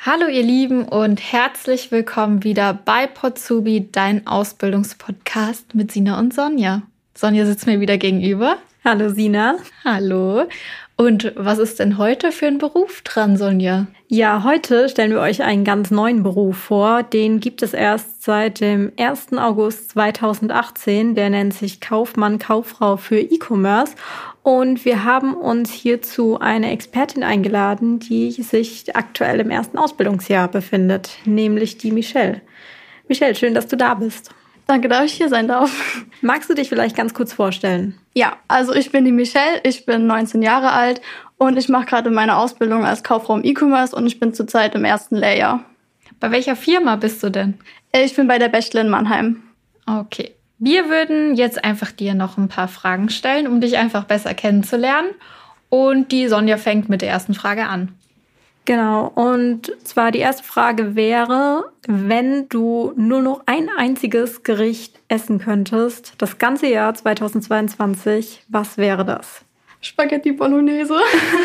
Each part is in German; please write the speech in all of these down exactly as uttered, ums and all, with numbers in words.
Hallo ihr Lieben und herzlich willkommen wieder bei Podsubi, dein Ausbildungspodcast mit Sina und Sonja. Sonja sitzt mir wieder gegenüber. Hallo Sina. Hallo. Und was ist denn heute für ein Beruf dran, Sonja? Ja, heute stellen wir euch einen ganz neuen Beruf vor. Den gibt es erst seit dem ersten August zweitausendachtzehn. Der nennt sich Kaufmann, Kauffrau für E-Commerce. Und wir haben uns hierzu eine Expertin eingeladen, die sich aktuell im ersten Ausbildungsjahr befindet, nämlich die Michelle. Michelle, schön, dass du da bist. Danke, dass ich hier sein darf. Magst du dich vielleicht ganz kurz vorstellen? Ja, also ich bin die Michelle, ich bin neunzehn Jahre alt und ich mache gerade meine Ausbildung als Kauffrau im E-Commerce und ich bin zurzeit im ersten Lehrjahr. Bei welcher Firma bist du denn? Ich bin bei der Bechtle in Mannheim. Okay. Wir würden jetzt einfach dir noch ein paar Fragen stellen, um dich einfach besser kennenzulernen. Und die Sonja fängt mit der ersten Frage an. Genau, und zwar die erste Frage wäre, wenn du nur noch ein einziges Gericht essen könntest, das ganze Jahr zweitausendzweiundzwanzig, was wäre das? Spaghetti Bolognese.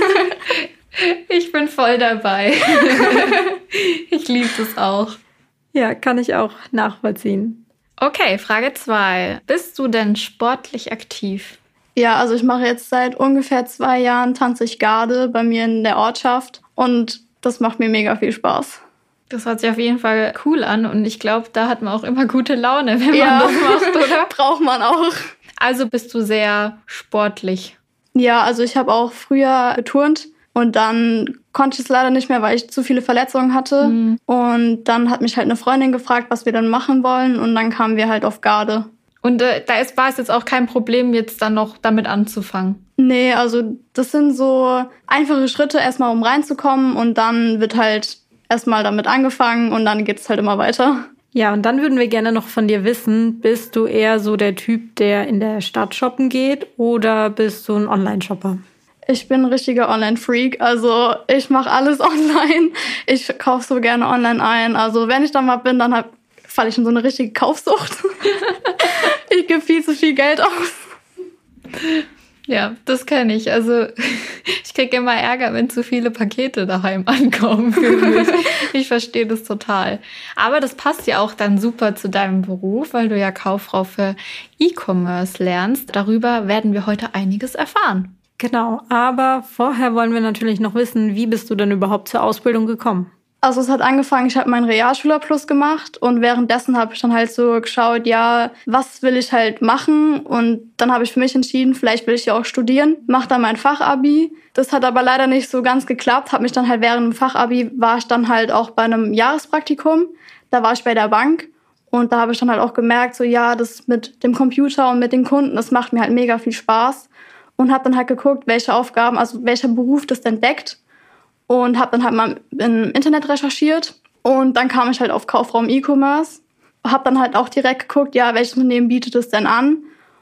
Ich bin voll dabei. Ich liebe das auch. Ja, kann ich auch nachvollziehen. Okay, Frage zwei. Bist du denn sportlich aktiv? Ja, also ich mache jetzt seit ungefähr zwei Jahren tanze ich Garde bei mir in der Ortschaft und das macht mir mega viel Spaß. Das hört sich auf jeden Fall cool an und ich glaube, da hat man auch immer gute Laune, wenn ja, man das macht, oder? Braucht man auch. Also bist du sehr sportlich? Ja, also ich habe auch früher geturnt und dann konnte ich es leider nicht mehr, weil ich zu viele Verletzungen hatte. Mhm. Und dann hat mich halt eine Freundin gefragt, was wir dann machen wollen und dann kamen wir halt auf Garde. Und äh, da ist, war es jetzt auch kein Problem, jetzt dann noch damit anzufangen? Nee, also das sind so einfache Schritte erstmal, um reinzukommen und dann wird halt erstmal damit angefangen und dann geht's halt immer weiter. Ja, und dann würden wir gerne noch von dir wissen, bist du eher so der Typ, der in der Stadt shoppen geht oder bist du ein Online-Shopper? Ich bin ein richtiger Online-Freak, also ich mache alles online. Ich kaufe so gerne online ein. Also wenn ich da mal bin, dann hab, falle ich in so eine richtige Kaufsucht. Ich gebe viel zu viel Geld aus. Ja, das kenne ich. Also ich kriege immer Ärger, wenn zu viele Pakete daheim ankommen für mich. Ich verstehe das total. Aber das passt ja auch dann super zu deinem Beruf, weil du ja Kauffrau für E-Commerce lernst. Darüber werden wir heute einiges erfahren. Genau, aber vorher wollen wir natürlich noch wissen, wie bist du denn überhaupt zur Ausbildung gekommen? Also es hat angefangen, ich habe meinen Realschülerplus gemacht und währenddessen habe ich dann halt so geschaut, ja, was will ich halt machen? Und dann habe ich für mich entschieden, vielleicht will ich ja auch studieren, mache dann mein Fachabi. Das hat aber leider nicht so ganz geklappt, habe mich dann halt während dem Fachabi, war ich dann halt auch bei einem Jahrespraktikum, da war ich bei der Bank und da habe ich dann halt auch gemerkt, so ja, das mit dem Computer und mit den Kunden, das macht mir halt mega viel Spaß und habe dann halt geguckt, welche Aufgaben, also welcher Beruf das denn deckt. Und habe dann halt mal im Internet recherchiert und dann kam ich halt auf Kauffrau im E-Commerce. Habe dann halt auch direkt geguckt, ja, welches Unternehmen bietet es denn an?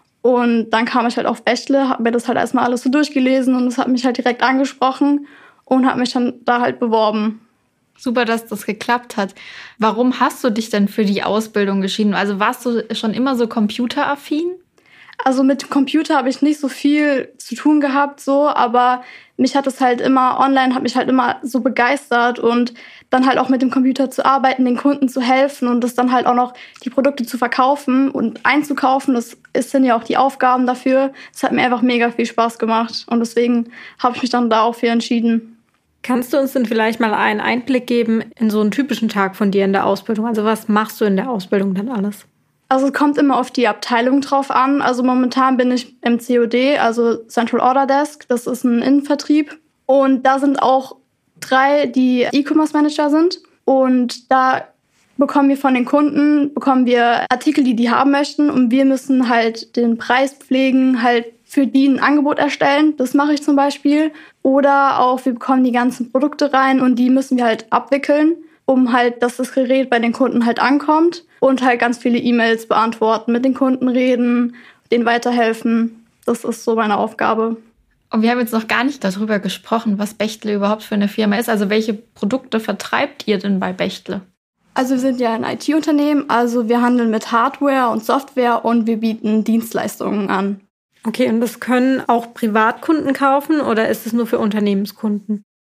Und dann kam ich halt auf Bechtle, habe mir das halt erstmal alles so durchgelesen und es hat mich halt direkt angesprochen und habe mich dann da halt beworben. Super, dass das geklappt hat. Warum hast du dich denn für die Ausbildung entschieden? Also warst du schon immer so computeraffin? Also mit Computer habe ich nicht so viel zu tun gehabt, so, aber mich hat es halt immer online, hat mich halt immer so begeistert und dann halt auch mit dem Computer zu arbeiten, den Kunden zu helfen und das dann halt auch noch die Produkte zu verkaufen und einzukaufen, das sind ja auch die Aufgaben dafür. Das hat mir einfach mega viel Spaß gemacht und deswegen habe ich mich dann da auch für entschieden. Kannst du uns denn vielleicht mal einen Einblick geben in so einen typischen Tag von dir in der Ausbildung? Also was machst du in der Ausbildung dann alles? Also es kommt immer auf die Abteilung drauf an. Also momentan bin ich im C O D, also Central Order Desk. Das ist ein Innenvertrieb. Und da sind auch drei, die E-Commerce Manager sind. Und da bekommen wir von den Kunden, bekommen wir Artikel, die die haben möchten. Und wir müssen halt den Preis pflegen, halt für die ein Angebot erstellen. Das mache ich zum Beispiel. Oder auch, wir bekommen die ganzen Produkte rein und die müssen wir halt abwickeln, um halt, dass das Gerät bei den Kunden halt ankommt und halt ganz viele E-Mails beantworten, mit den Kunden reden, denen weiterhelfen. Das ist so meine Aufgabe. Und wir haben jetzt noch gar nicht darüber gesprochen, was Bechtle überhaupt für eine Firma ist. Also welche Produkte vertreibt ihr denn bei Bechtle? Also wir sind ja ein I T-Unternehmen, also wir handeln mit Hardware und Software und wir bieten Dienstleistungen an. Okay, und das können auch Privatkunden kaufen oder ist es nur für Unternehmenskunden?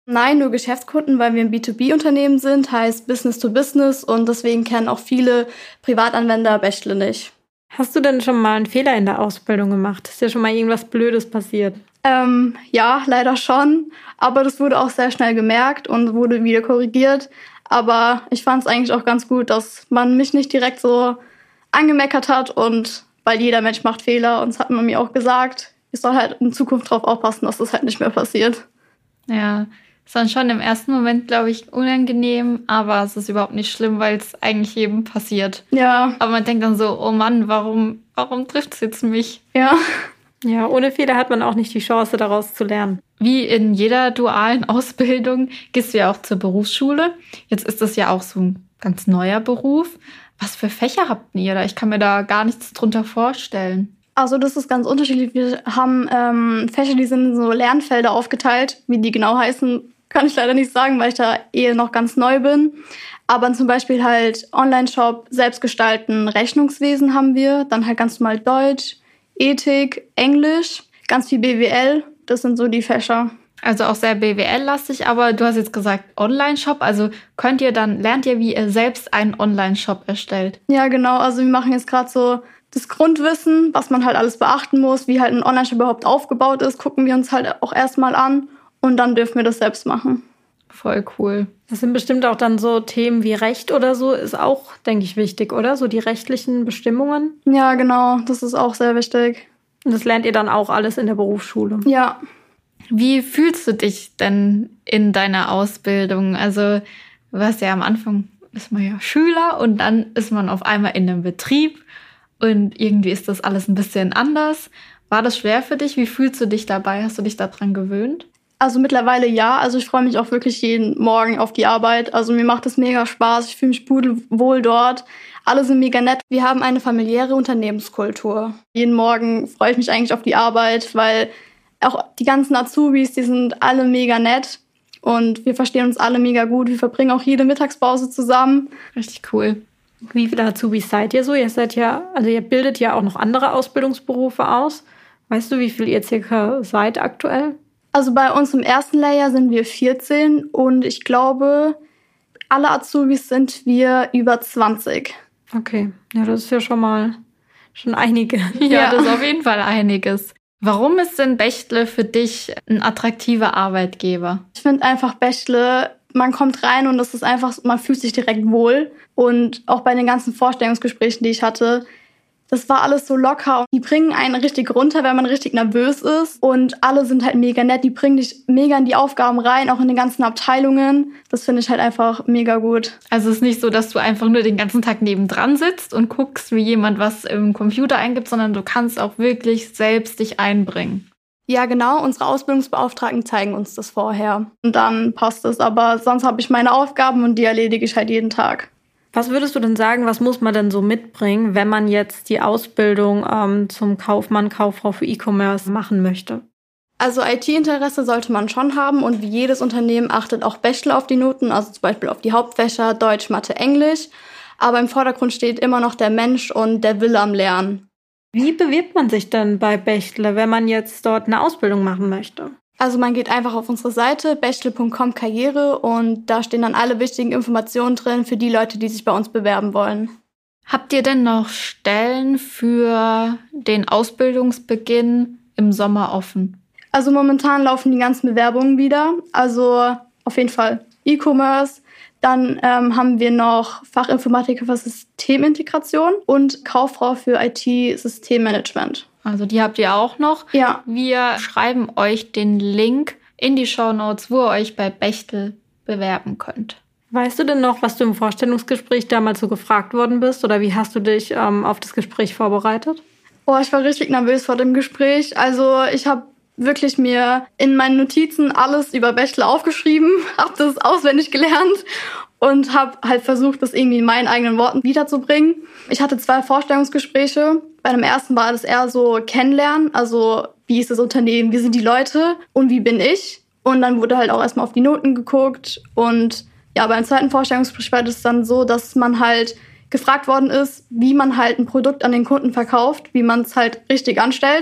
Nein, nur Geschäftskunden, weil wir ein B zwei B Unternehmen sind, heißt Business to Business und deswegen kennen auch viele Privatanwender Bechtle nicht. Hast du denn schon mal einen Fehler in der Ausbildung gemacht? Ist dir schon mal irgendwas Blödes passiert? Ähm, ja, leider schon, aber das wurde auch sehr schnell gemerkt und wurde wieder korrigiert. Aber ich fand es eigentlich auch ganz gut, dass man mich nicht direkt so angemeckert hat und weil jeder Mensch macht Fehler und das hat man mir auch gesagt. Ich soll halt in Zukunft darauf aufpassen, dass das halt nicht mehr passiert. Ja, ist dann schon im ersten Moment, glaube ich, unangenehm, aber es ist überhaupt nicht schlimm, weil es eigentlich jedem passiert. Ja. Aber man denkt dann so, oh Mann, warum, warum trifft es jetzt mich? Ja. Ja, ohne Fehler hat man auch nicht die Chance, daraus zu lernen. Wie in jeder dualen Ausbildung gehst du ja auch zur Berufsschule. Jetzt ist das ja auch so ein ganz neuer Beruf. Was für Fächer habt ihr da? Ich kann mir da gar nichts drunter vorstellen. Also das ist ganz unterschiedlich. Wir haben ähm, Fächer, die sind in so Lernfelder aufgeteilt. Wie die genau heißen, kann ich leider nicht sagen, weil ich da eh noch ganz neu bin. Aber zum Beispiel halt Online-Shop, Selbstgestalten, Rechnungswesen haben wir. Dann halt ganz normal Deutsch, Ethik, Englisch, ganz viel B W L. Das sind so die Fächer. Also auch sehr B W L-lastig, aber du hast jetzt gesagt Online-Shop. Also könnt ihr dann, lernt ihr, wie ihr selbst einen Online-Shop erstellt? Ja, genau. Also wir machen jetzt gerade so das Grundwissen, was man halt alles beachten muss, wie halt ein Online-Shop überhaupt aufgebaut ist, gucken wir uns halt auch erstmal an und dann dürfen wir das selbst machen. Voll cool. Das sind bestimmt auch dann so Themen wie Recht oder so, ist auch, denke ich, wichtig, oder? So die rechtlichen Bestimmungen. Ja, genau. Das ist auch sehr wichtig. Und das lernt ihr dann auch alles in der Berufsschule. Ja. Wie fühlst du dich denn in deiner Ausbildung? Also, du warst ja am Anfang, ist man ja Schüler und dann ist man auf einmal in einem Betrieb und irgendwie ist das alles ein bisschen anders. War das schwer für dich? Wie fühlst du dich dabei? Hast du dich daran gewöhnt? Also mittlerweile ja. Also ich freue mich auch wirklich jeden Morgen auf die Arbeit. Also mir macht es mega Spaß. Ich fühle mich pudelwohl dort. Alle sind mega nett. Wir haben eine familiäre Unternehmenskultur. Jeden Morgen freue ich mich eigentlich auf die Arbeit, weil auch die ganzen Azubis, die sind alle mega nett. Und wir verstehen uns alle mega gut. Wir verbringen auch jede Mittagspause zusammen. Richtig cool. Wie viele Azubis seid ihr so? Ihr seid ja, also ihr bildet ja auch noch andere Ausbildungsberufe aus. Weißt du, wie viel ihr circa seid aktuell? Also bei uns im ersten Layer sind wir vierzehn und ich glaube, alle Azubis sind wir über zwanzig. Okay, ja, das ist ja schon mal schon einige. Ja, Ja. das ist auf jeden Fall einiges. Warum ist denn Bechtle für dich ein attraktiver Arbeitgeber? Ich finde einfach Bechtle, man kommt rein und das ist einfach, man fühlt sich direkt wohl. Und auch bei den ganzen Vorstellungsgesprächen, die ich hatte, das war alles so locker. Die bringen einen richtig runter, wenn man richtig nervös ist. Und alle sind halt mega nett. Die bringen dich mega in die Aufgaben rein, auch in den ganzen Abteilungen. Das finde ich halt einfach mega gut. Also es ist nicht so, dass du einfach nur den ganzen Tag nebendran sitzt und guckst, wie jemand was im Computer eingibt, sondern du kannst auch wirklich selbst dich einbringen. Ja, genau. Unsere Ausbildungsbeauftragten zeigen uns das vorher. Und dann passt es. Aber sonst habe ich meine Aufgaben und die erledige ich halt jeden Tag. Was würdest du denn sagen, was muss man denn so mitbringen, wenn man jetzt die Ausbildung ähm, zum Kaufmann, Kauffrau für E-Commerce machen möchte? Also I T-Interesse sollte man schon haben und wie jedes Unternehmen achtet auch Bechtle auf die Noten, also zum Beispiel auf die Hauptfächer Deutsch, Mathe, Englisch. Aber im Vordergrund steht immer noch der Mensch und der Wille am Lernen. Wie bewirbt man sich denn bei Bechtle, wenn man jetzt dort eine Ausbildung machen möchte? Also man geht einfach auf unsere Seite bechtle punkt com Karriere und da stehen dann alle wichtigen Informationen drin für die Leute, die sich bei uns bewerben wollen. Habt ihr denn noch Stellen für den Ausbildungsbeginn im Sommer offen? Also momentan laufen die ganzen Bewerbungen wieder, also auf jeden Fall E-Commerce. Dann ähm, haben wir noch Fachinformatiker für Systemintegration und Kauffrau für I T-Systemmanagement. Also die habt ihr auch noch. Ja. Wir schreiben euch den Link in die Shownotes, wo ihr euch bei Bechtle bewerben könnt. Weißt du denn noch, was du im Vorstellungsgespräch damals so gefragt worden bist? Oder wie hast du dich ähm, auf das Gespräch vorbereitet? Oh, ich war richtig nervös vor dem Gespräch. Also ich habe wirklich mir in meinen Notizen alles über Bechtle aufgeschrieben, habe das auswendig gelernt und habe halt versucht, das irgendwie in meinen eigenen Worten wiederzubringen. Ich hatte zwei Vorstellungsgespräche. Bei dem ersten war das eher so Kennenlernen, also wie ist das Unternehmen, wie sind die Leute und wie bin ich. Und dann wurde halt auch erstmal auf die Noten geguckt. Und ja, beim zweiten Vorstellungsgespräch war das dann so, dass man halt gefragt worden ist, wie man halt ein Produkt an den Kunden verkauft, wie man es halt richtig anstellt.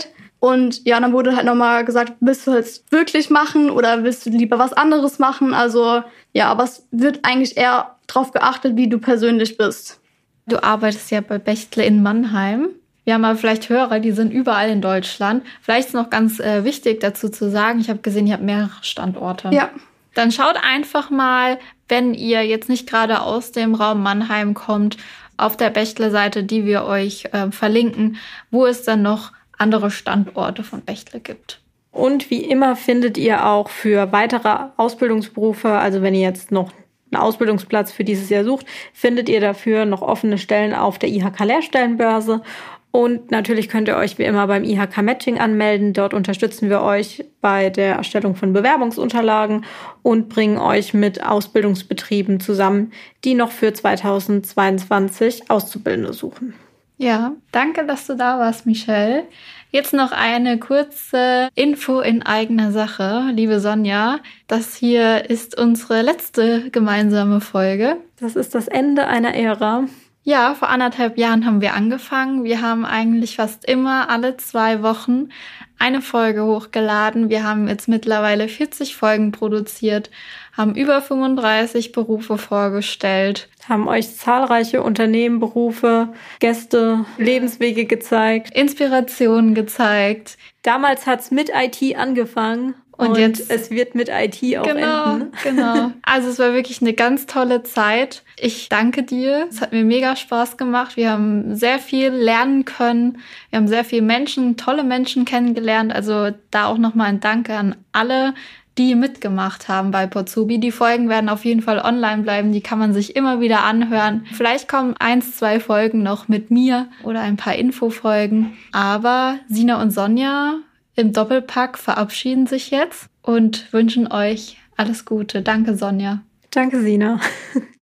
Und ja, dann wurde halt nochmal gesagt, willst du es wirklich machen oder willst du lieber was anderes machen? Also ja, aber es wird eigentlich eher darauf geachtet, wie du persönlich bist. Du arbeitest ja bei Bechtle in Mannheim. Wir haben aber vielleicht Hörer, die sind überall in Deutschland. Vielleicht ist noch ganz äh, wichtig dazu zu sagen, ich habe gesehen, ihr habt mehrere Standorte. Ja. Dann schaut einfach mal, wenn ihr jetzt nicht gerade aus dem Raum Mannheim kommt, auf der Bechtle-Seite, die wir euch äh, verlinken, wo es dann noch andere Standorte von Bechtle gibt. Und wie immer findet ihr auch für weitere Ausbildungsberufe, also wenn ihr jetzt noch einen Ausbildungsplatz für dieses Jahr sucht, findet ihr dafür noch offene Stellen auf der I H K-Lehrstellenbörse. Und natürlich könnt ihr euch wie immer beim I H K-Matching anmelden. Dort unterstützen wir euch bei der Erstellung von Bewerbungsunterlagen und bringen euch mit Ausbildungsbetrieben zusammen, die noch für zweitausendzweiundzwanzig Auszubildende suchen. Ja, danke, dass du da warst, Michelle. Jetzt noch eine kurze Info in eigener Sache, liebe Sonja. Das hier ist unsere letzte gemeinsame Folge. Das ist das Ende einer Ära. Ja, vor anderthalb Jahren haben wir angefangen. Wir haben eigentlich fast immer alle zwei Wochen eine Folge hochgeladen. Wir haben jetzt mittlerweile vierzig Folgen produziert, haben über fünfunddreißig Berufe vorgestellt. Haben euch zahlreiche Unternehmen, Berufe, Gäste, Lebenswege gezeigt. Inspirationen gezeigt. Damals hat's mit I T angefangen. Und, und jetzt es wird mit I T auch genau, enden. Genau. Also es war wirklich eine ganz tolle Zeit. Ich danke dir. Es hat mir mega Spaß gemacht. Wir haben sehr viel lernen können. Wir haben sehr viele Menschen, tolle Menschen kennengelernt. Also da auch nochmal ein Danke an alle, die mitgemacht haben bei Potsubi. Die Folgen werden auf jeden Fall online bleiben. Die kann man sich immer wieder anhören. Vielleicht kommen eins, zwei Folgen noch mit mir oder ein paar Infofolgen. Aber Sina und Sonja im Doppelpack verabschieden sich jetzt und wünschen euch alles Gute. Danke, Sonja. Danke, Sina.